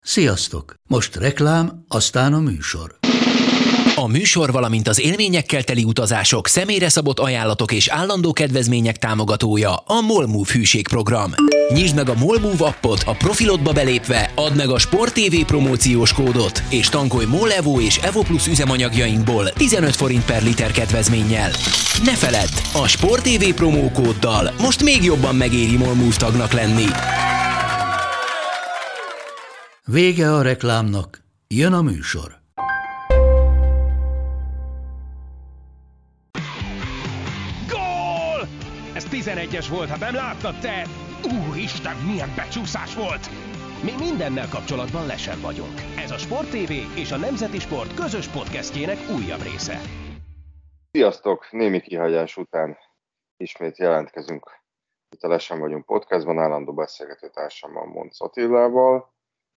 Sziasztok! Most reklám, aztán a műsor. A műsor, valamint az élményekkel teli utazások, személyre szabott ajánlatok és állandó kedvezmények támogatója a MOL Move hűségprogram. Nyisd meg a MOL Move appot, a profilodba belépve, add meg a Sport TV promóciós kódot, és tankolj MOL Evo és Evo Plus üzemanyagjainkból 15 forint per liter kedvezménnyel. Ne feledd, a Sport TV promókóddal most még jobban megéri MOL Move tagnak lenni. Vége a reklámnak, jön a műsor. Gól! Ez 11-es volt, ha nem láttad te! Úristen, milyen becsúszás volt! Mi mindennel kapcsolatban lesen vagyunk. Ez a Sport TV és a Nemzeti Sport közös podcastjének újabb része. Sziasztok! Némi kihagyás után ismét jelentkezünk itt a Lesen vagyunk podcastban, állandó beszélgető társammal, Monc Attilával.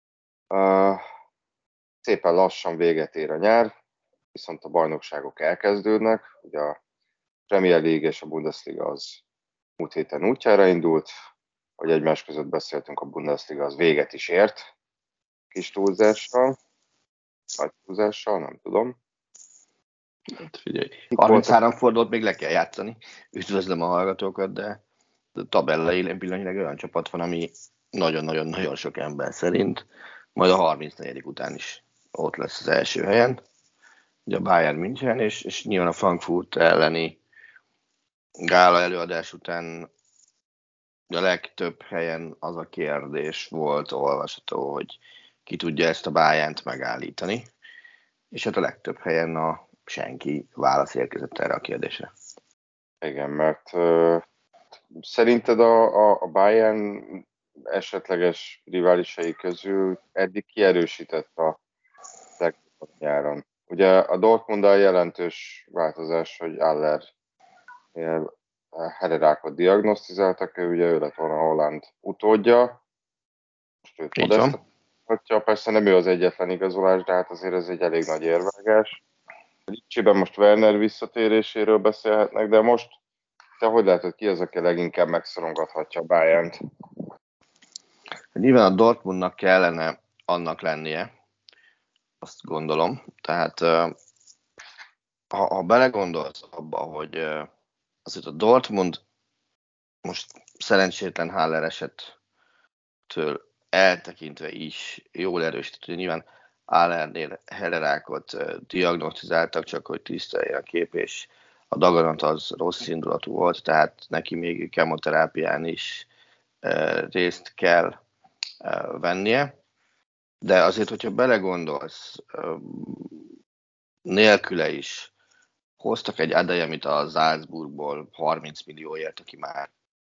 Szépen lassan véget ér a nyár, viszont a bajnokságok elkezdődnek. Ugye a Premier League és a Bundesliga az múlt héten útjára indult, hogy egymás között beszéltünk, a Bundesliga az véget is ért, kis túlzással, nagy túlzással, nem tudom. Hát figyelj, 33 fordulót még le kell játszani. Üdvözlöm a hallgatókat, de a tabella élén pillanatnyilag olyan csapat van, ami nagyon-nagyon sok ember szerint majd a 34. után is ott lesz az első helyen. Ugye a Bayern München, és nyilván a Frankfurt elleni gála előadás után a legtöbb helyen az a kérdés volt olvasható, hogy ki tudja ezt a Bayernt megállítani. És hát a legtöbb helyen senki válasz érkezett erre a kérdésre. Igen, mert szerinted a Bayern esetleges riválisai közül eddig kierősített a legtöbb nyáron. Ugye a Dortmunddal jelentős változás, hogy Aller Herrerákot diagnosztizáltak, ő lett volna a holland utódja. Most őt modesztatja, persze nem ő az egyetlen igazolás, de hát azért ez egy elég nagy érvágás. Lipcsében most Werner visszatéréséről beszélhetnek, de most te hogy látod, ki az, aki leginkább megszorongathatja a Bayernt? Nyilván a Dortmundnak kellene annak lennie, azt gondolom. Tehát ha belegondolsz abba, hogy azért a Dortmund most szerencsétlen Haller esettől eltekintve is jól erősített, hogy nyilván Hallernél Herrerákot diagnosztizáltak, csak hogy tiszteljen a kép, és a daganat az rossz indulatú volt, tehát neki még kemoterápián is részt kell vennie. De azért, hogyha belegondolsz, nélküle is hoztak egy Adeyemit a Salzburgból 30 millióért, aki már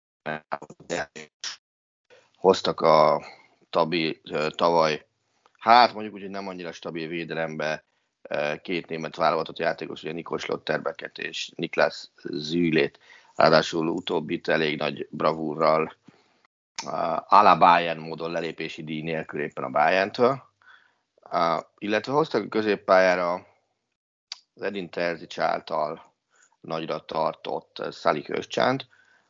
hoztak a tavaly, hát mondjuk úgy, hogy nem annyira stabil védelembe két német válogatott játékos, ugye Nico Schlotterbecket és Niklas Zülét, ráadásul utóbbit elég nagy bravúrral à la Bayern módon lelépési díj nélkül éppen a Bayerntől, illetve hoztak a középpályára az Edin Terzic által nagyra tartott Salik Özcánt.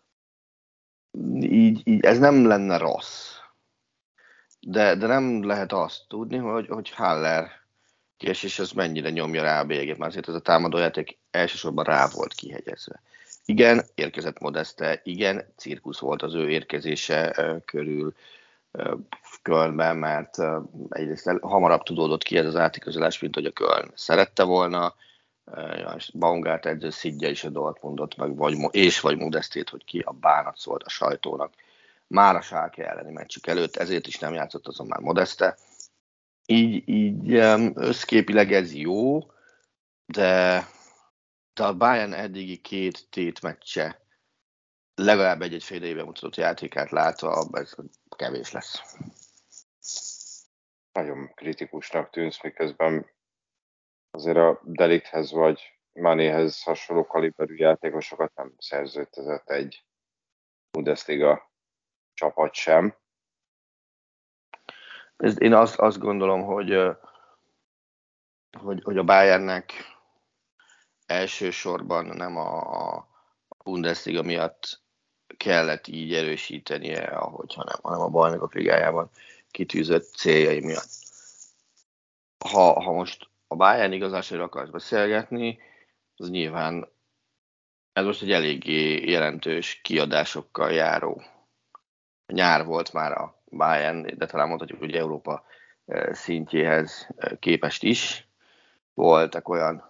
Így ez nem lenne rossz, de nem lehet azt tudni, hogy Haller és az mennyire nyomja rá a bélyegét, mert azért ez a támadójáték elsősorban rá volt kihegyezve. Igen, érkezett Modeste, igen, cirkusz volt az ő érkezése körül Kölnben, mert egyrészt hamarabb tudódott ki ez az átigazolás, mint hogy a Köln szerette volna. Baumgart edző szidja is a Dortmundot, vagy Modestét, hogy ki a bánat szólt a sajtónak. Már a Schalke elleni meccsük előtt, ezért is nem játszott azon már Modeste. Így összképileg ez jó, de a Bayern eddigi két tétmeccse legalább egy fél éve mutatott játékát látva, ez kevés lesz. Nagyon kritikusnak tűnsz, miközben azért a De Ligthez vagy Manéhez hasonló kaliberű játékosokat nem szerződtetett egy Bundesliga csapat sem. Én azt gondolom, hogy a Bayernnek elsősorban nem a Bundesliga miatt kellett így erősítenie, hanem a Bajnokok Ligájában kitűzött céljai miatt. ha most a Bayern igazásairól akarsz beszélgetni, az nyilván ez most egy eléggé jelentős kiadásokkal járó nyár volt már a Bayern, de talán mondhatjuk, hogy Európa szintjéhez képest is. Voltak olyan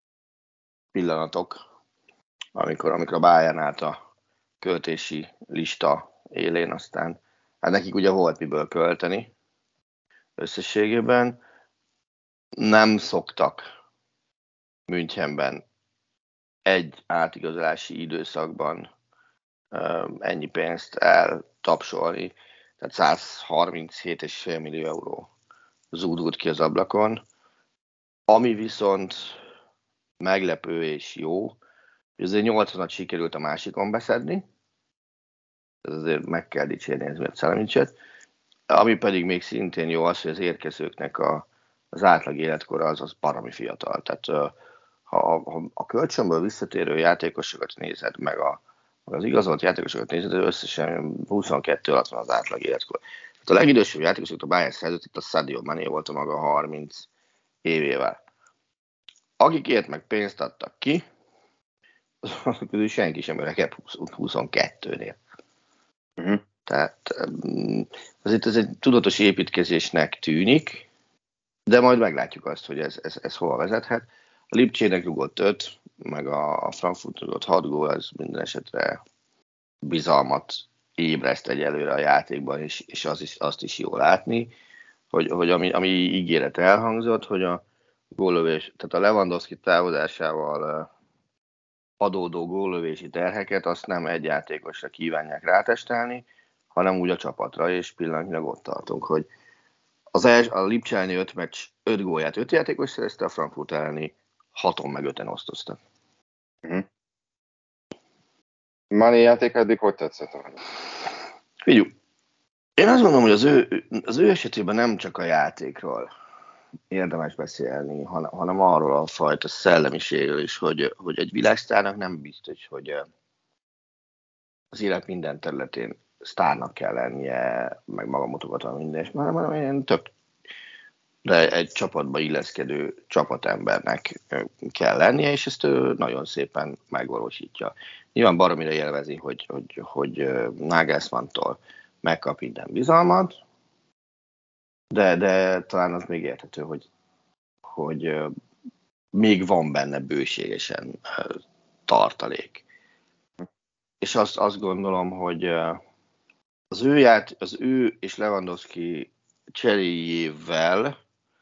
pillanatok, amikor a Bayern állt a költési lista élén, aztán hát nekik ugye volt miből költeni összességében. Nem szoktak Münchenben egy átigazolási időszakban ennyi pénzt eltapsolni, tehát 137,5 millió euró zúdult ki az ablakon. Ami viszont meglepő és jó, hogy azért 80-at sikerült a másikon beszedni, ez azért meg kell dicsérni Ezmért Szelemincset, ami pedig még szintén jó az, hogy az érkezőknek az átlag életkora az baromi fiatal. Tehát ha a kölcsönből visszatérő játékosokat nézed, meg az igazolt játékosokat nézed, összesen 22 alatt van az átlag életkor. Tehát a legidősebb játékosok a Bayern szerződött, itt a Sadio Mané volt a maga 30 évével. Akikért meg pénzt adtak ki, azok közül senki sem öregebb 22-nél. Uh-huh. Tehát azért ez egy tudatos építkezésnek tűnik, de majd meglátjuk azt, hogy ez hova vezethet. A Lipcsének rúgott 5, meg a Frankfurt rúgott 6 gól, ez minden esetre bizalmat ébreszt egyelőre a játékban, és azt is jól látni, hogy ami ígéret elhangzott, hogy a góllövés, tehát a Lewandowski távozásával adódó góllövési terheket azt nem egy játékosra kívánják rátestelni, hanem úgy a csapatra, és pillanatnyilag ott tartunk, hogy a Lipcse elleni 5 meccs 5 gólját 5 játékos szerezte, a Frankfurt elleni 6-on meg 5-en osztoztak. Uh-huh. Mané játék eddig hogy tetszett? Figyelj, én azt gondolom, hogy az ő esetében nem csak a játékról érdemes beszélni, hanem arról a fajta szellemiségről is, hogy egy világsztárnak nem biztos, hogy az élet minden területén sztárnak kell lennie, meg magamutogatva minden, hanem ilyen de egy csapatba illeszkedő csapatembernek kell lennie, és ezt ő nagyon szépen megvalósítja. Nyilván baromira élvezi, hogy Nagelsmanntól megkap minden bizalmat, de talán az még érthető, hogy még van benne bőségesen tartalék. És azt gondolom, hogy az ő és Lewandowski cseréjével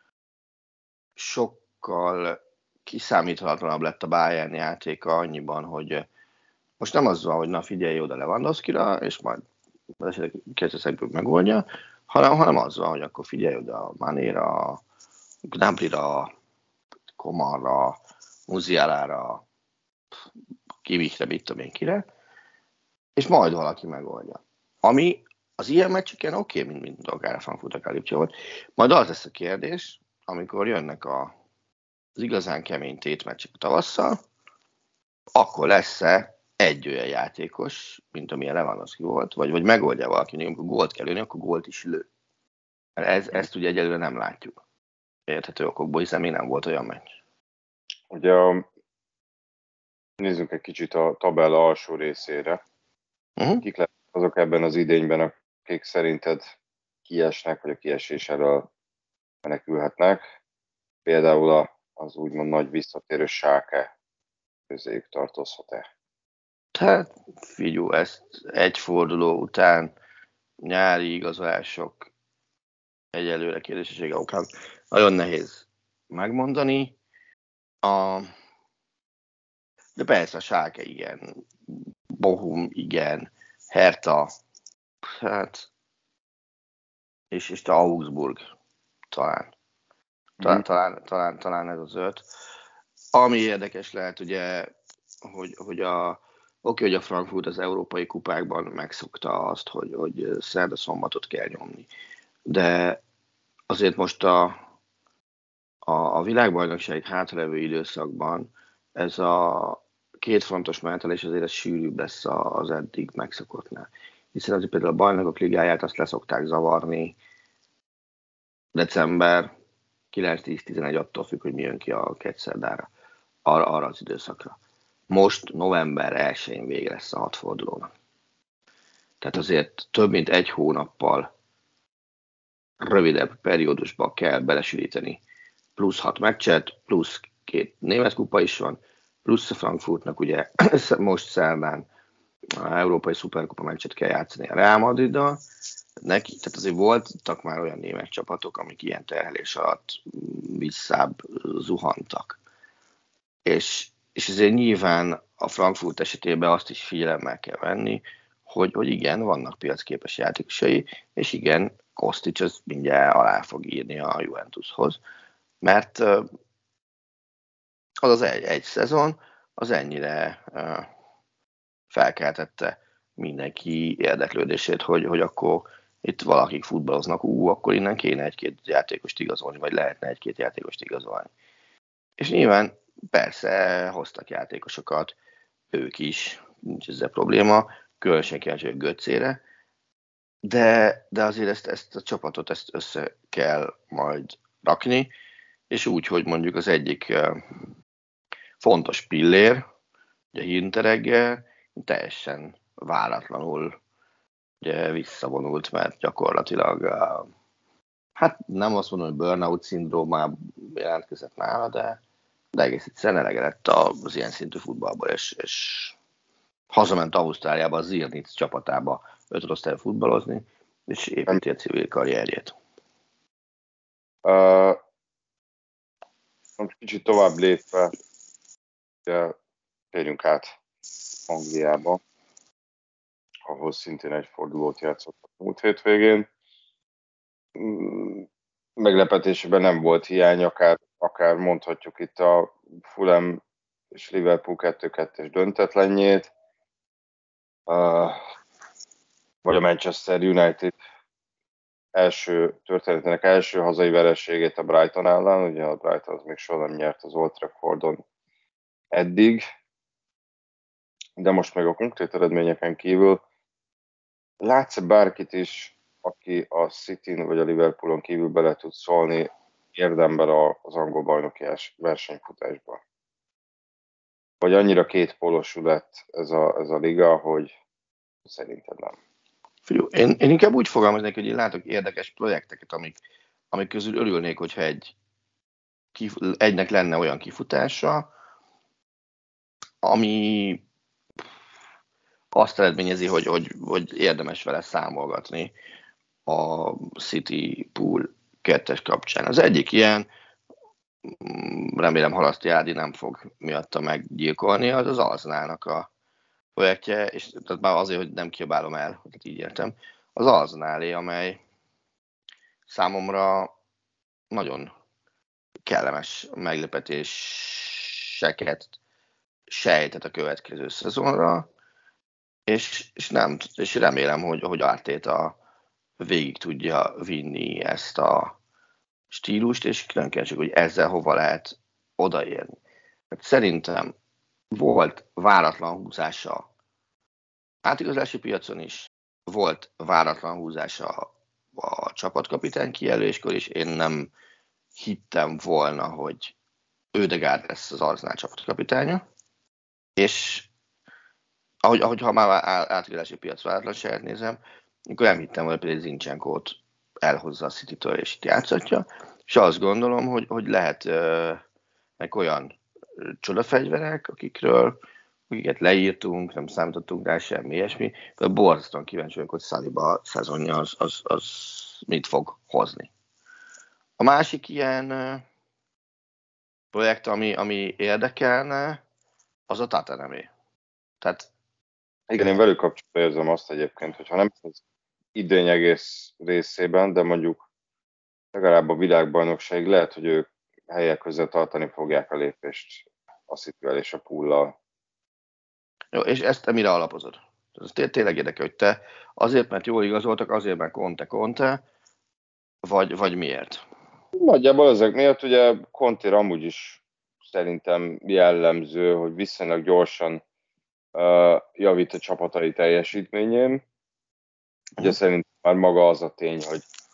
sokkal kiszámíthatatlanabb lett a Bayern játéka annyiban, hogy most nem az van, hogy na figyelj oda Lewandowskira, és majd az esetek kezdeszekből megoldja, hanem az van, hogy akkor figyelj oda Manéra, Gnabrira, Comanra, Musialára, Kimmichre, mit tudom én kire, és majd valaki megoldja. Ami az ilyen meccseken oké, mint akár a Frankfurt, akár Lipcse volt. Majd az lesz a kérdés, amikor jönnek az igazán kemény tétmeccsek tavasszal, akkor lesz-e egy olyan játékos, mint amilyen Lewandowski volt, vagy megoldja valaki, amikor gólt kell lőni, akkor gólt is lő. Ezt ugye egyelőre nem látjuk. Érthető okokból, hiszen még nem volt olyan meccs. Ugye nézzünk egy kicsit a tabella alsó részére. Uh-huh. Kik lesznek azok ebben az idényben, akik szerinted kiesnek, vagy a kiesés elől menekülhetnek? Például az úgymond nagy visszatérő Schalke közéjük tartozhat-e? Tehát figyelj, ezt egy forduló után nyári igazolások egyelőre kérdésesége okán nagyon nehéz megmondani. De persze a Schalke igen, Bochum igen, Hertha, hát, és a Augsburg talán. Talán ez az 5. Ami érdekes lehet, ugye, hogy a Frankfurt az európai kupákban megszokta azt, hogy szerda-szombatot kell nyomni. De azért most a világbajnokság hátralevő időszakban ez a két fontos menetelés azért ez sűrűbb lesz az eddig megszokottnál. Hiszen azért például a bajnokok ligáját azt leszokták zavarni december 9-10-11 attól függ, hogy mi jön ki a kedszerdára, arra az időszakra. Most november 1-én vége lesz a 6 fordulónak. Tehát azért több mint egy hónappal rövidebb periódusba kell belesülíteni plusz 6 meccset, plusz 2 német kupa is van, plusz a Frankfurtnak ugye most szerdán a Európai Szuperkupa meccset kell játszani a Real Madriddal. Neki, tehát azért voltak már olyan német csapatok, amik ilyen terhelés alatt visszább zuhantak. És ezért nyilván a Frankfurt esetében azt is figyelemmel kell venni, hogy igen, vannak piacképes játékosai, és igen, Kostic az mindjárt alá fog írni a Juventushoz, mert az egy szezon, az ennyire felkeltette mindenki érdeklődését, hogy akkor itt valakik futballoznak, akkor innen kéne egy-két játékost igazolni, vagy lehetne egy-két játékost igazolni. És nyilván persze hoztak játékosokat, ők is, nincs ezzel probléma, különösen kíváncsi a Götzére, de azért ezt a csapatot össze kell majd rakni, és úgy, hogy mondjuk az egyik fontos pillér, ugye Hinteregger teljesen váratlanul ugye visszavonult, mert gyakorlatilag hát nem azt mondom, hogy burnout szindrómában jelentkezett nála, de egész egyszerűen elege lett az ilyen szintű futballból, és hazament Ausztráliába, a Zirnitz csapatába 5 osztályba futballozni, és építi a civil karrierjét. Most kicsit tovább lépve, térjünk át Angliába, ahol szintén egy fordulót játszottak múlt hétvégén. Meglepetésében nem volt hiány, akár mondhatjuk itt a Fulham és Liverpool 2-2-es döntetlenjét, vagy a Manchester United történetének első hazai vereségét a Brighton ellen. Ugye a Brighton az még soha nem nyert az Old Traffordon eddig, de most meg a konkrét eredményeken kívül látsz bárkit is, aki a Cityn vagy a Liverpoolon kívül bele tud szólni érdemben az angol bajnoki versenyfutásba? Vagy annyira kétpólusú lett ez a liga, hogy szerintem nem. Figyelj, én inkább úgy fogalmaznék, hogy én látok érdekes projekteket, amik közül örülnék, hogyha egynek lenne olyan kifutása, ami azt eredményezi, hogy érdemes vele számolgatni a City Pool 2-es kapcsán. Az egyik ilyen, remélem Halaszti Ádi nem fog miatta meggyilkolni, az Arsenalnak a projektje, és tehát már azért, hogy nem kiabálom el, tehát így értem, az Arsenalé, amely számomra nagyon kellemes meglepetéseket sejtett a következő szezonra, és remélem, hogy Arteta végig tudja vinni ezt a stílust, és nem kell csak, hogy ezzel hova lehet odaérni. Hát szerintem volt váratlan húzása átigazolási piacon is, volt váratlan húzása a csapatkapitány kijelöléskor is, én nem hittem volna, hogy Ödegaard lesz az Arsenal csapatkapitánya, és ahogy ha már átigazolási piac váratlanságát nézem, akkor nem hittem, hogy például Zincsenkót elhozza a Citytől, és itt játszatja, és azt gondolom, hogy lehet meg olyan csodafegyverek, akiket leírtunk, nem számítottunk rá semmi ilyesmi, de borzasztóan kíváncsi vagyok, hogy Saliba szezonja az mit fog hozni. A másik ilyen projekt, ami érdekelne, az a Tottenhamé. Tehát igen, én velük kapcsolatban érzem azt egyébként, hogyha nem az idény egész részében, de mondjuk legalább a világbajnokság lehet, hogy ők helyek között tartani fogják a lépést a Cityvel és a Poollal. Jó, és ezt te mire alapozod? Ez tényleg érdekel, hogy te azért, mert jól igazoltak, azért, mert Conte, vagy miért? Nagyjából ezek miatt ugye Conte amúgy is szerintem jellemző, hogy viszonylag gyorsan javít a csapatai teljesítményén. Ugye szerintem már maga az a tény,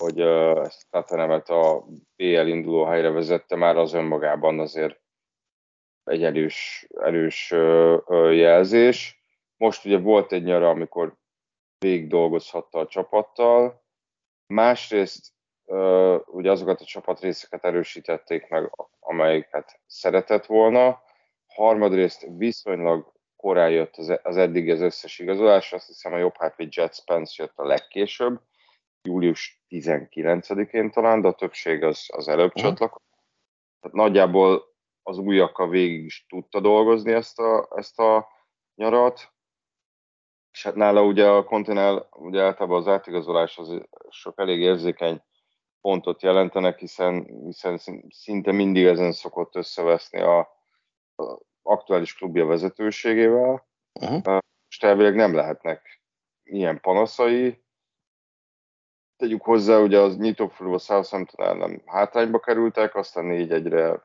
hogy ezt a Tottenhamet a BL induló helyre vezette, már az önmagában azért egy erős jelzés. Most ugye volt egy nyara, amikor végig dolgozhatta a csapattal. Másrészt ugye azokat a csapatrészeket erősítették meg, amelyiket szeretett volna. Harmadrészt viszonylag korán jött az eddig az összes igazolás, azt hiszem a jobb hátvéd Jet Spence jött a legkésőbb, július 19-én talán, de a többség az előbb csatlakozott. Tehát nagyjából az újakkal végig is tudta dolgozni ezt a nyarat, és hát nála ugye a Continental, ugye általában az átigazolás az sok elég érzékeny pontot jelentenek, hiszen szinte mindig ezen szokott összeveszni a aktuális klubja vezetőségével. És elvileg nem lehetnek ilyen panaszai. Tegyük hozzá, ugye az nyitófalú a Southampton ellen hátrányba kerültek, aztán 4-1-re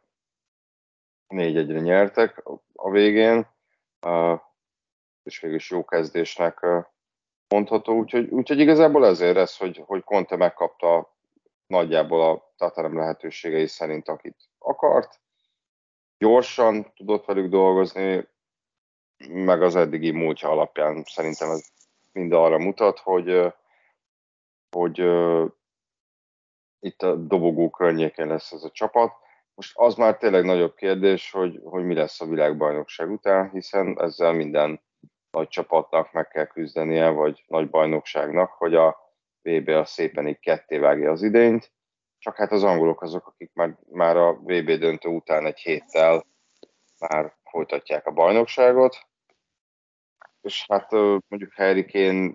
nyertek a végén, és végül is jó kezdésnek mondható, úgyhogy igazából ezért ez, hogy Conte megkapta nagyjából a Tottenham lehetőségei szerint, akit akart. Gyorsan tudott velük dolgozni, meg az eddigi múltja alapján szerintem ez mind arra mutat, hogy itt a dobogó környékén lesz ez a csapat. Most az már tényleg nagyobb kérdés, hogy mi lesz a világbajnokság után, hiszen ezzel minden nagy csapatnak meg kell küzdenie, vagy nagy bajnokságnak, hogy a VB a szépen így ketté vágja az idényt. Csak hát az angolok azok, akik már a VB döntő után egy héttel már folytatják a bajnokságot. És hát mondjuk Harry Kane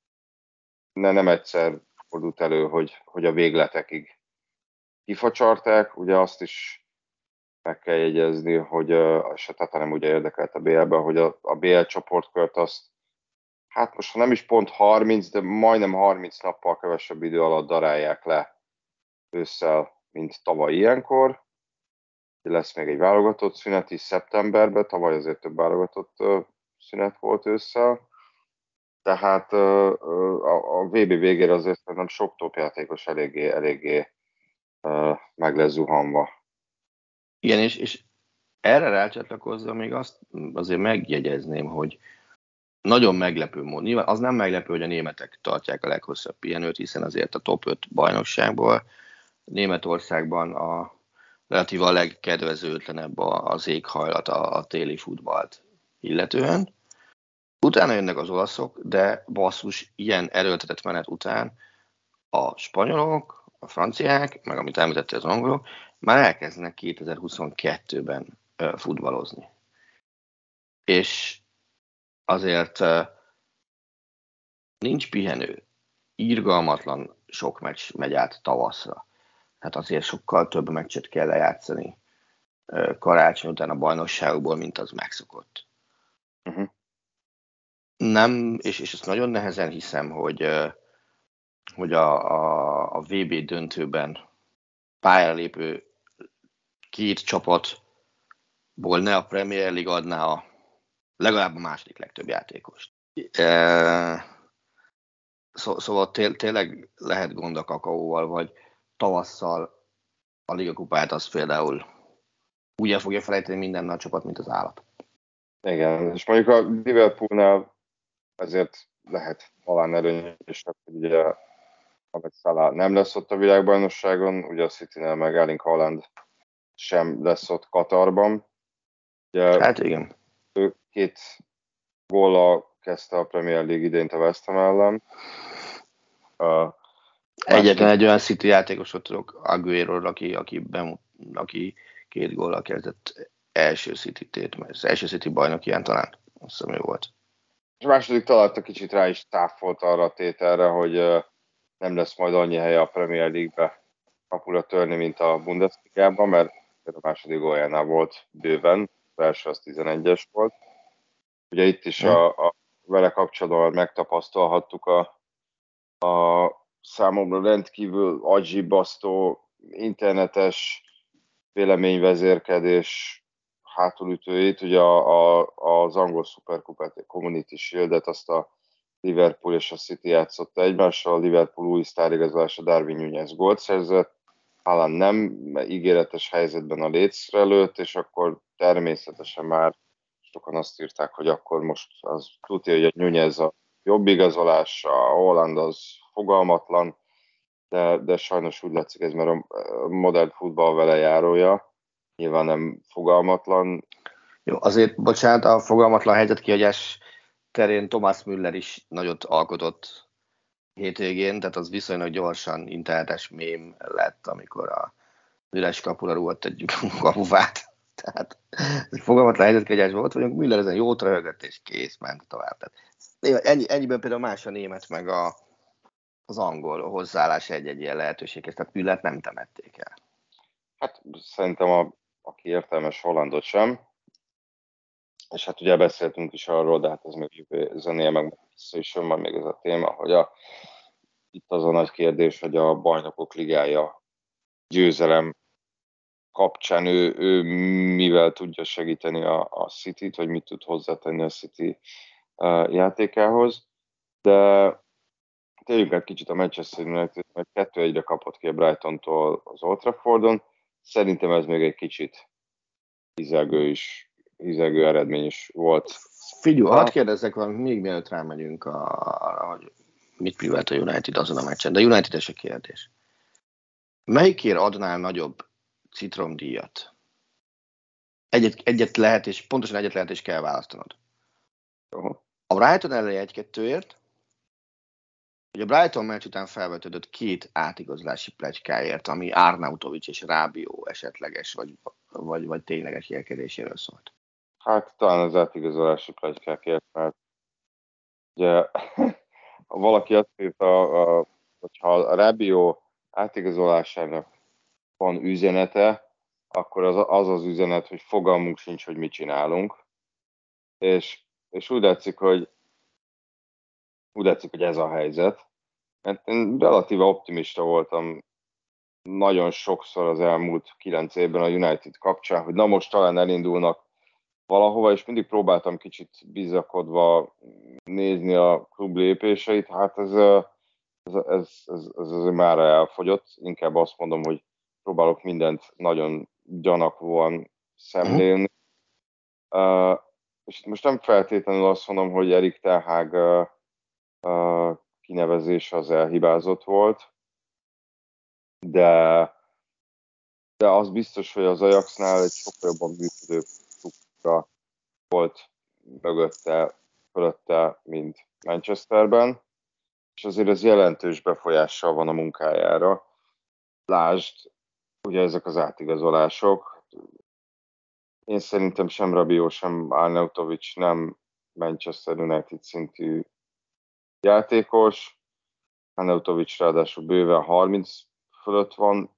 nem egyszer fordult elő, hogy a végletekig kifacsarták. Ugye azt is meg kell jegyezni, hogy és a Tottenham ugye érdekelt a BL-ben, hogy a BL csoportkört azt, hát most ha nem is pont 30, de majdnem 30 nappal kevesebb idő alatt darálják le ősszel, mint tavaly ilyenkor. Lesz még egy válogatott szünet is szeptemberben, tavaly azért több válogatott szünet volt ősszel. Tehát a VB végére azért nem sok topjátékos eléggé meg lesz zuhanva. Igen, és erre rácsatlakozva még azt azért megjegyezném, hogy nagyon meglepő módon. Nyilván az nem meglepő, hogy a németek tartják a leghosszabb pihenőt, hiszen azért a top 5 bajnokságból Németországban a relatív a legkedvezőtlenebb az éghajlat a téli futballt illetően. Utána jönnek az olaszok, de basszus, ilyen erőltetett menet után a spanyolok, a franciák, meg amit említettél az angolok, már elkezdenek 2022-ben futballozni. És azért nincs pihenő, irgalmatlan sok meccs megy át tavaszra. Hát azért sokkal több meccset kell lejátszani karácsony után a bajnokságokból, mint az megszokott. Uh-huh. Nem, és ezt nagyon nehezen hiszem, hogy a VB döntőben pályára lépő két csapatból ne a Premier League adná legalább a második legtöbb játékost. Szóval tényleg lehet gond a kakaóval, vagy tavasszal a ligakupát az például úgy el fogja felejteni minden nagy csapat, mint az állat. Igen, és mondjuk a Liverpoolnál ezért lehet talán előnyösebb, hogy ugye Mohamed Salah nem lesz ott a világbajnokságon, ugye a Citynél meg Erling Haaland sem lesz ott Katarban. Ugye hát igen. Ő 2 góllal kezdte a Premier League idényt a West Ham ellen. Egyetlen egy olyan City játékosot tudok, Aguero, aki 2 góllal kezdett első City-tét, mert az első City bajnok ilyen talán, azt hiszem ő volt. És a második találta kicsit rá is táfolt arra a tételre, hogy nem lesz majd annyi helye a Premier League-be kapura törni, mint a Bundesliga-ban, mert a második góljánál volt bőven, az első az 11-es volt. Ugye itt is a vele kapcsolatban megtapasztalhattuk a számomra rendkívül agybasztó internetes véleményvezérkedés hátulütőjét, ugye az angol szuperkupát, a Community Shield-et, azt a Liverpool és a City játszotta egymással, a Liverpool új sztárigazolása Darwin Núñez gólt szerzett, Haaland nem, ígéretes helyzetben a lécre lőtt, és akkor természetesen már sokan azt írták, hogy akkor most az tudja, hogy a Núñez a jobb igazolása, a Haaland az fogalmatlan, de sajnos úgy látszik ez, mert a modern futball vele járója, nyilván nem fogalmatlan. Jó, azért, bocsánat, a fogalmatlan helyzetkihagyás terén Thomas Müller is nagyot alkotott hétvégén, tehát az viszonylag gyorsan internetes mém lett, amikor a üres kapura rúgott egy kapufát. Tehát fogalmatlan helyzetkihagyás volt, hogy Müller ezen jót röhögött, és kész, ment tovább. Tehát, ennyiben például más a német, meg az angol hozzáállás egy-egy ilyen lehetőséghez, tehát Müllert nem temették el. Hát szerintem aki értelmes Hollandot sem, és hát ugye beszéltünk is arról, de hát ez még zenéje meg vissza is jön majd még ez a téma, hogy itt az a nagy kérdés, hogy a Bajnokok Ligája győzelem kapcsán ő mivel tudja segíteni a Cityt, vagy mit tud hozzátenni a City játékához. De térjünk át kicsit a Manchester United, mert 2-1-re kapott ki a Brightontól az Old Traffordon. Szerintem ez még egy kicsit hízelgő eredmény is volt. Figyelj, hadd kérdezzek valamit, még mielőtt rámegyünk arra, hogy mit művelt a United azon a meccsen, de United-es a kérdés. Melyikért adnál nagyobb citromdíjat? Egyet lehet, és pontosan egyet lehet, és kell választanod. A Brighton elleni 1-2-ért, hogy a Brighton meccs után felvetődött 2 átigazolási pletykáért, ami Arnautovic és Rábió esetleges, vagy tényleges jelkedéséről szólt. Hát talán az átigazolási pletykákért, mert ugye ha valaki azt írta, hogyha a Rábió átigazolásának van üzenete, akkor az üzenet, hogy fogalmunk sincs, hogy mit csinálunk. És úgy látszik, hogy ez a helyzet. Mert én relatíve optimista voltam nagyon sokszor az elmúlt 9 évben a United kapcsán, hogy na most talán elindulnak valahova, és mindig próbáltam kicsit bizakodva nézni a klub lépéseit. Hát ez már elfogyott. Inkább azt mondom, hogy próbálok mindent nagyon gyanakvóan szemlélni. És most nem feltétlenül azt mondom, hogy Erik ten Hag kinevezése az elhibázott volt, de az biztos, hogy az Ajaxnál egy sokkal jobban működő struktúra volt fölötte, mint Manchesterben, és azért ez jelentős befolyással van a munkájára. Lásd, ugye ezek az átigazolások. Én szerintem sem Rabiot, sem Arnautovic nem Manchester United szintű játékos. Arnautovic ráadásul bőven 30 fölött van.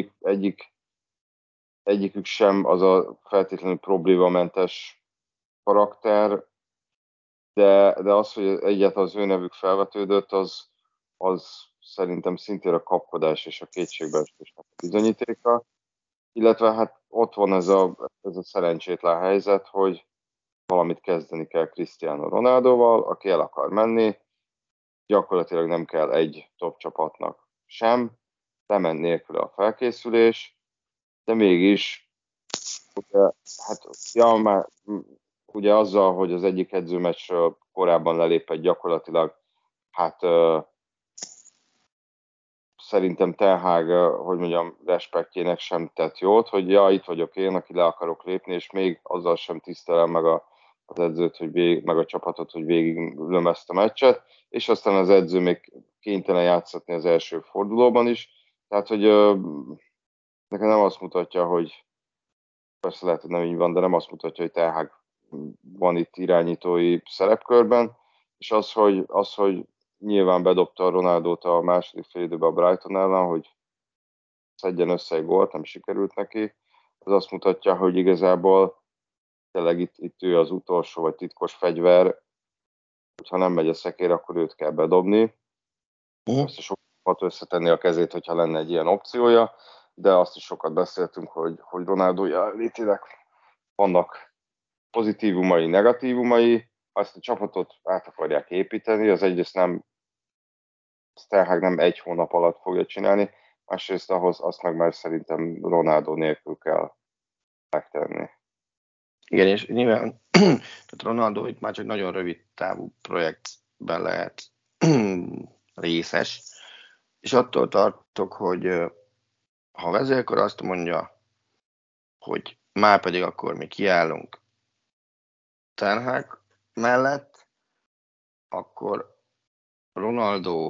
Egyikük sem az a feltétlenül problémamentes karakter, de az, hogy egyáltalán az ő nevük felvetődött, az szerintem szintén a kapkodás és a kétségbeesésnek a bizonyítéka. Illetve hát ott van ez a szerencsétlen helyzet, hogy valamit kezdeni kell Cristiano Ronaldoval, aki el akar menni, gyakorlatilag nem kell egy top csapatnak sem, lement nélküle a felkészülés, de mégis ugye azzal, hogy az egyik edzőmeccsről korábban lelépett gyakorlatilag, szerintem ten Hag, respektjének sem tett jót, hogy itt vagyok én, aki le akarok lépni, és még azzal sem tisztelem meg az edzőt, meg a csapatot, hogy végig ülöm ezt a meccset, és aztán az edző még kénytelen játszatni az első fordulóban is. Tehát, hogy nekem nem azt mutatja, hogy persze lehet, hogy nem így van, de nem azt mutatja, hogy ten Hag van itt irányítói szerepkörben, és az, hogy nyilván bedobta a Ronaldót a második félidőben a Brighton ellen, hogy szedjen össze egy gólt, nem sikerült neki. Az azt mutatja, hogy igazából tényleg itt ő az utolsó vagy titkos fegyver, hogyha nem megy a szekér, akkor őt kell bedobni. Azt is sokat összetenni a kezét, hogyha lenne egy ilyen opciója, de azt is sokat beszéltünk, hogy Ronaldo jelenlétileg vannak pozitívumai, negatívumai. ha ezt a csapatot át akarják építeni, az egyrészt nem, Ten Hag nem egy hónap alatt fogja csinálni, másrészt ahhoz azt meg már szerintem Ronaldo nélkül kell megtenni. Igen, és nyilván tehát Ronaldo itt már csak nagyon rövid távú projektben lehet részes, és attól tartok, hogy ha a vezérkar azt mondja, hogy már pedig akkor mi kiállunk Ten Hag mellett, akkor Ronaldo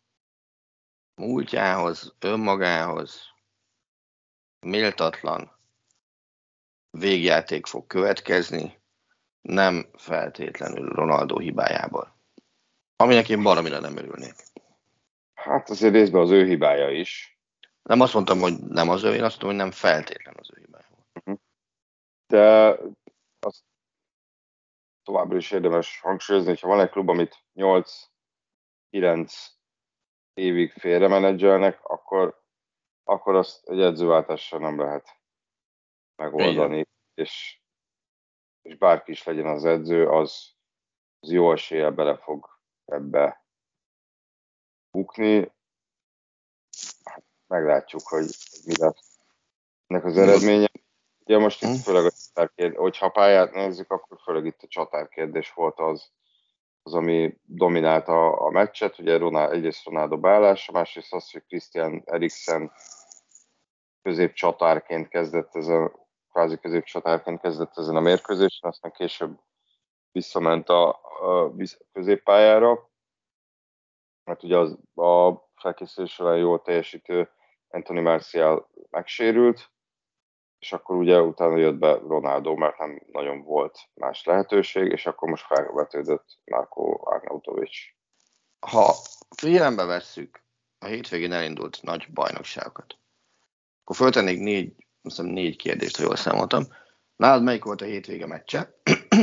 múltjához, önmagához méltatlan végjáték fog következni, nem feltétlenül Ronaldo hibájából. Aminek én baromira nem örülnék. Hát azért részben az ő hibája is. Nem azt mondtam, hogy nem az ő, én azt mondtam, hogy nem feltétlen az ő hibája. De azt továbbra is érdemes hangsúlyozni, hogyha van egy klub, amit 8-9 évig félremenedzselnek, akkor azt egy edzőváltással nem lehet megoldani. És bárki is legyen az edző, az jó eséllyel bele fog ebbe bukni. Hát meglátjuk, hogy mi lesz ennek az eredménye. Ugye most itt főleg a csatárkérdés, hogyha pályát nézzük, akkor főleg itt a csatárkérdés volt az ami dominálta a meccset. Ugye egyrészt Ronaldo beállása, másrészt az, hogy Christian Eriksen középcsatárként kezdett ezen a mérkőzésen, aztán később visszament a középpályára, mert ugye a felkészülés során jól teljesítő Anthony Martial megsérült, és akkor ugye utána jött be Ronaldo, mert nem nagyon volt más lehetőség, és akkor most felvetődött Marko Arnautovic. Ha figyelembe vesszük a hétvégén elindult nagy bajnokságokat, akkor föltennék négy kérdést, ha jól számoltam. Nálad melyik volt a hétvége meccse?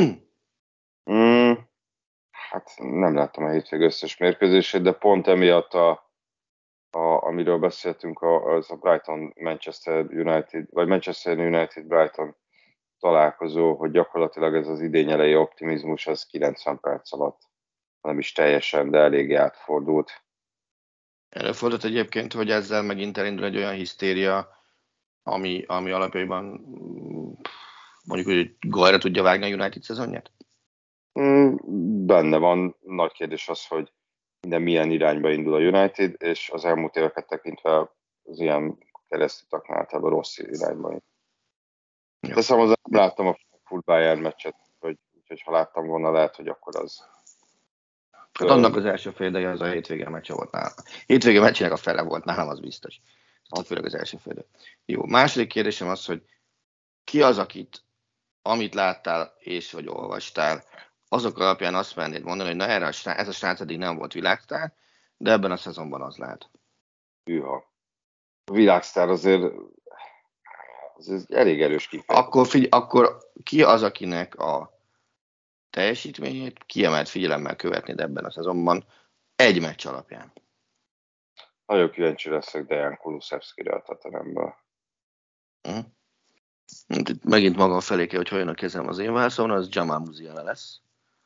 Hát nem láttam a hétvége összes mérkőzését, de pont emiatt amiről beszéltünk, az a Brighton-Manchester United, vagy Manchester United-Brighton találkozó, hogy gyakorlatilag ez az idény elejé optimizmus az 90 perc alatt nem is teljesen, de eléggé átfordult. Előfordult egyébként, hogy ezzel megint elindul egy olyan hisztéria, ami alapjában mondjuk, hogy gólra tudja vágni a United szezonját? Benne van. Nagy kérdés az, hogy minden milyen irányba indul a United, és az elmúlt éveket tekintve az ilyen keresztutaknál általában rossz irányba indul. Teszem hozzá, nem láttam a Frankfurt Bayern meccset, úgyhogy ha láttam volna, lehet, hogy akkor az... Hát annak az első fél ideje az a hétvége meccse volt nálam. Hétvége meccsének a fele volt nálam, az biztos. Főleg az első fél ideje. Jó, második kérdésem az, hogy ki az, amit láttál és vagy olvastál, azok alapján azt mernéd mondani, hogy na ez a srác eddig nem volt világsztár, de ebben a szezonban az lehet. Hűha. A világsztár azért elég erős kifejezés. Akkor ki az, akinek a teljesítményét kiemelt figyelemmel követnéd ebben a szezonban egy meccs alapján? Nagyon kíváncsi leszek Dejan Kulusevskire a Tottenhamből. Megint magam felé kell, hogy jön a kezem az én válaszom, az Jamal Musiala lesz.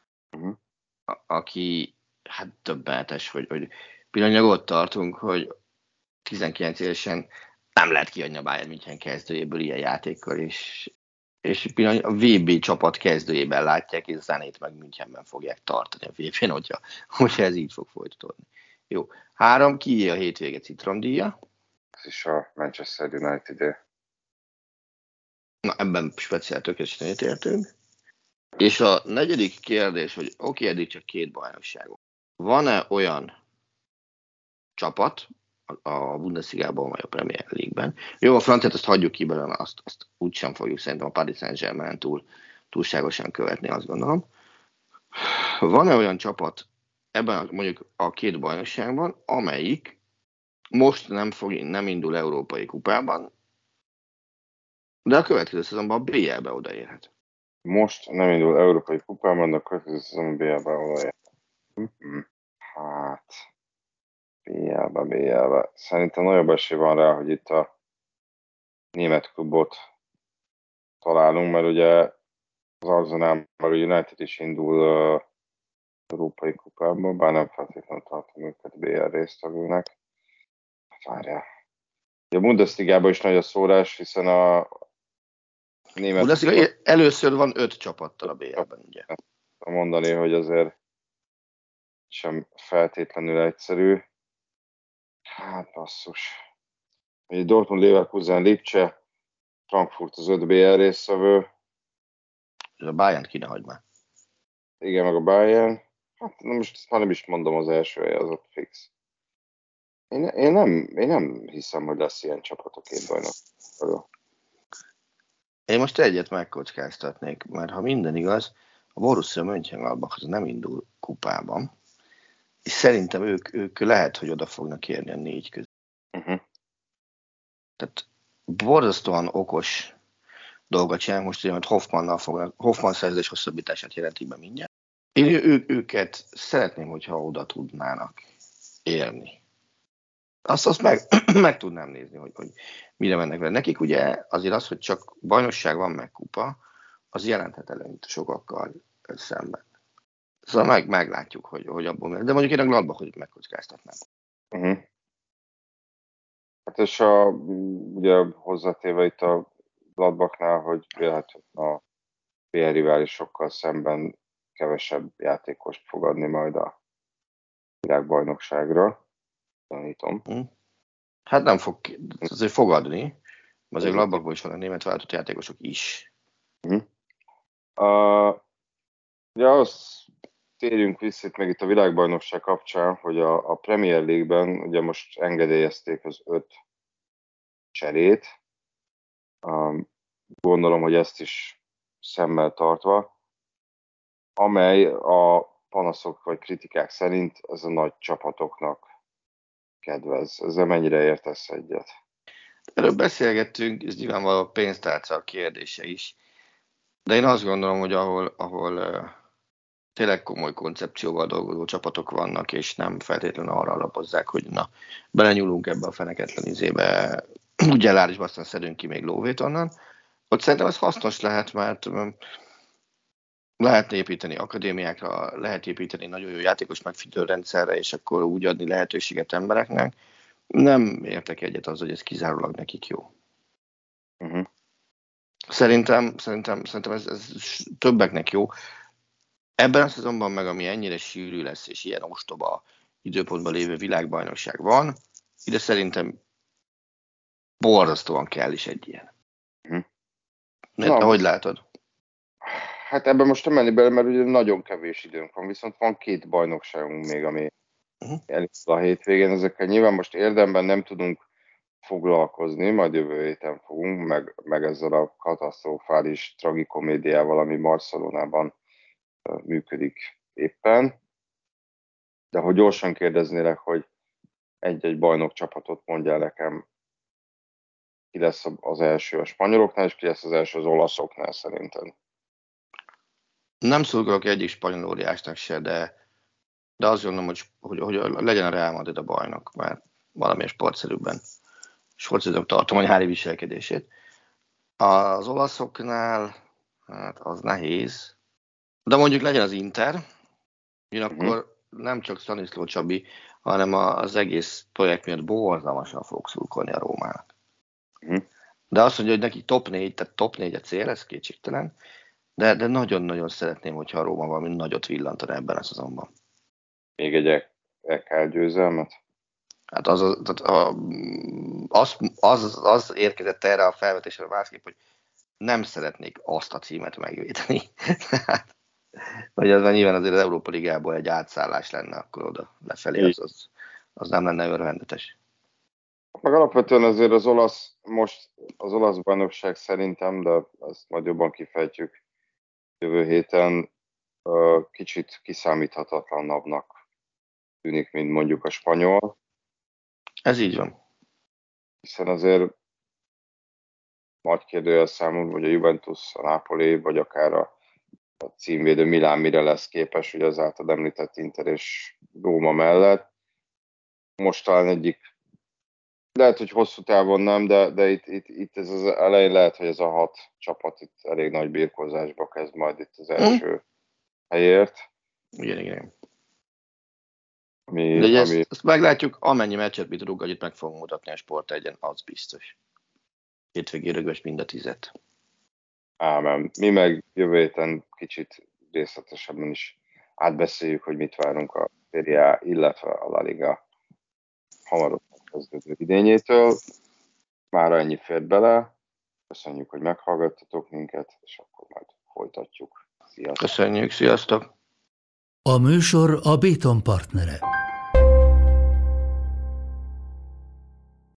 Aki hát döbbenetes, hogy pillanatnyilag ott tartunk, hogy 19 évesen nem lehet kiadni a Bayern München kezdőjéből ilyen játékkal, és a VB csapat kezdőjében látják, és Zenét meg Münchenben fogják tartani a VB-n, hogyha ez így fog folytatódni. Jó. 3, kié a hétvége citromdíja? Ez is a Manchester United-é. Na, ebben speciál tökéletesen értünk. És a negyedik kérdés, hogy oké, eddig csak 2 bajnokságok. Van-e olyan csapat a Bundesligában vagy a Premier League-ben? Jó, a franciát azt hagyjuk ki belőle, azt úgysem fogjuk szerintem a Paris Saint-Germain túlságosan követni, azt gondolom. Van-e olyan csapat ebben mondjuk a 2 bajnokságban, amelyik most nem indul európai kupában, de a következő szezonban a BL-be odaérhet? Most nem indul európai kupában, de a következő szezonban BL-be odaérhet. Hát... BL-be. Szerintem nagyobb esély van rá, hogy itt a német klubot találunk, mert ugye az Arsenal, mert a United is indul Európai Kupában, bár nem feltétlenül tartom őket BL résztvevőnek. Várjál. A Bundesligában is nagy a szórás, hiszen a német... Bundesliga először van 5 csapattal a BL-ben, ugye? Mondani, hogy azért sem feltétlenül egyszerű. Hát basszus. Dortmund, Leverkusen, Lipcse, Frankfurt az 5 BL résztvevő. A Bayern ki ne hagyd már. Igen, meg a Bayern. Hát most már nem is mondom, az első hely az ott fix. Én nem hiszem, hogy lesz ilyen csapat a két bajnok. Én most egyet megkockáztatnék, mert ha minden igaz, a Borussia Mönchengladbach az nem indul kupában, és szerintem ők lehet, hogy oda fognak érni a 4 közé. Uh-huh. Tehát borzasztóan okos dolgot csinálnak most, hogy Hoffmann szerződés hosszabbítását jelentik be mindjárt. Én őket szeretném, hogyha oda tudnának érni. Azt meg tudnám nézni, hogy mire mennek vele. Nekik ugye azért az, hogy csak bajnokság van meg kupa, az jelenthet előnyt sokakkal szemben. Szóval meglátjuk, hogy abból. De mondjuk én a Gladbachot megkockáztatnám. Uh-huh. Hát és ugye hozzátéve itt a Gladbachnál, hogy vélhetően a BL riválisokkal szemben kevesebb játékost fogadni majd a világbajnokságra. Tanítom. Hát nem fog azért fogadni, azért Gladbachból is vannak német váltott játékosok is. Ugye azt térjünk vissza meg itt a világbajnokság kapcsán, hogy a Premier League-ben ugye most engedélyezték az 5 cserét. Gondolom, hogy ezt is szemmel tartva, amely a panaszok vagy kritikák szerint ez a nagy csapatoknak kedvez. Ezzel mennyire értesz egyet? Erről beszélgettünk, ez nyilvánvalóan a pénztárca a kérdése is. De én azt gondolom, hogy ahol tényleg komoly koncepcióval dolgozó csapatok vannak, és nem feltétlenül arra alapozzák, hogy na, belenyúlunk ebbe a feneketlen izébe, úgy elárásba, aztán szedünk ki még lóvét onnan. Ott szerintem ez hasznos lehet, mert lehet építeni akadémiákra, lehet építeni nagyon jó játékos megfigyelő rendszerre, és akkor úgy adni lehetőséget embereknek. Nem értek egyet az, hogy ez kizárólag nekik jó. Uh-huh. Szerintem ez többeknek jó. Ebben a szezonban meg, ami ennyire sűrű lesz, és ilyen ostoba időpontban lévő világbajnokság van, ide szerintem borzasztóan kell is egy ilyen. Uh-huh. Hogy látod? Hát ebben most nem menni bele, mert ugye nagyon kevés időnk van, viszont van 2 bajnokságunk még, ami elindul a hétvégén. Ezekkel nyilván most érdemben nem tudunk foglalkozni, majd jövő héten fogunk, meg ezzel a katasztrofális tragikomédiával, ami Barcelonában működik éppen. De hogy gyorsan kérdeznélek, hogy egy-egy bajnok csapatot mondjál nekem, ki lesz az első a spanyoloknál, és ki lesz az első az olaszoknál szerintem. Nem szurkolok egyik spanyol óriásnak se, de azt gondolom, hogy legyen a Real Madrid a bajnok, mert valamilyen sportszerűbben tartom a nyári viselkedését. Az olaszoknál, hát az nehéz, de mondjuk legyen az Inter, akkor nem csak Staniszló Csabi, hanem az egész projekt miatt borzalmasan fogok szurkolni a Rómának. De azt mondja, hogy neki top 4, tehát top 4 a cél, ez kétségtelen, de nagyon-nagyon szeretném, hogyha a Róma valami nagyot villantana ebben a szezonban. Még egy EK győzelmet? Hát az érkezett erre a felvetésre a válaszkép, hogy nem szeretnék azt a címet megvédeni. Vagy az nyilván azért az Európa Ligából egy átszállás lenne, akkor oda lefelé, az nem lenne örvendetes. Meg alapvetően azért az olasz bajnokság szerintem, de ezt majd jobban kifejtjük jövő héten, kicsit kiszámíthatatlanabbnak tűnik, mint mondjuk a spanyol. Ez így van. Hiszen azért nagy kérdőjel számomra, hogy a Juventus, a Napoli, vagy akár a címvédő Milán mire lesz képes, ugye az által említett Inter és Róma mellett. Most talán egyik Lehet, hogy hosszú távon nem, de itt ez az elején lehet, hogy ez a 6 csapat itt elég nagy birkózásba kezd majd itt az első helyért. Igen. De ezt meglátjuk, amennyi meccset mit rúg, hogy itt meg fogunk mutatni a Sport1-en, az biztos. Hétvégi rögös mind a 10. Ámen. Mi meg jövő héten kicsit részletesebben is átbeszéljük, hogy mit várunk a Serie A, illetve a La Liga hamarosan kezdődő idényétől. Már ennyi fér bele. Köszönjük, hogy meghallgattatok minket, és akkor majd folytatjuk. Sziasztok! Köszönjük, sziasztok! A műsor a Béton partnere.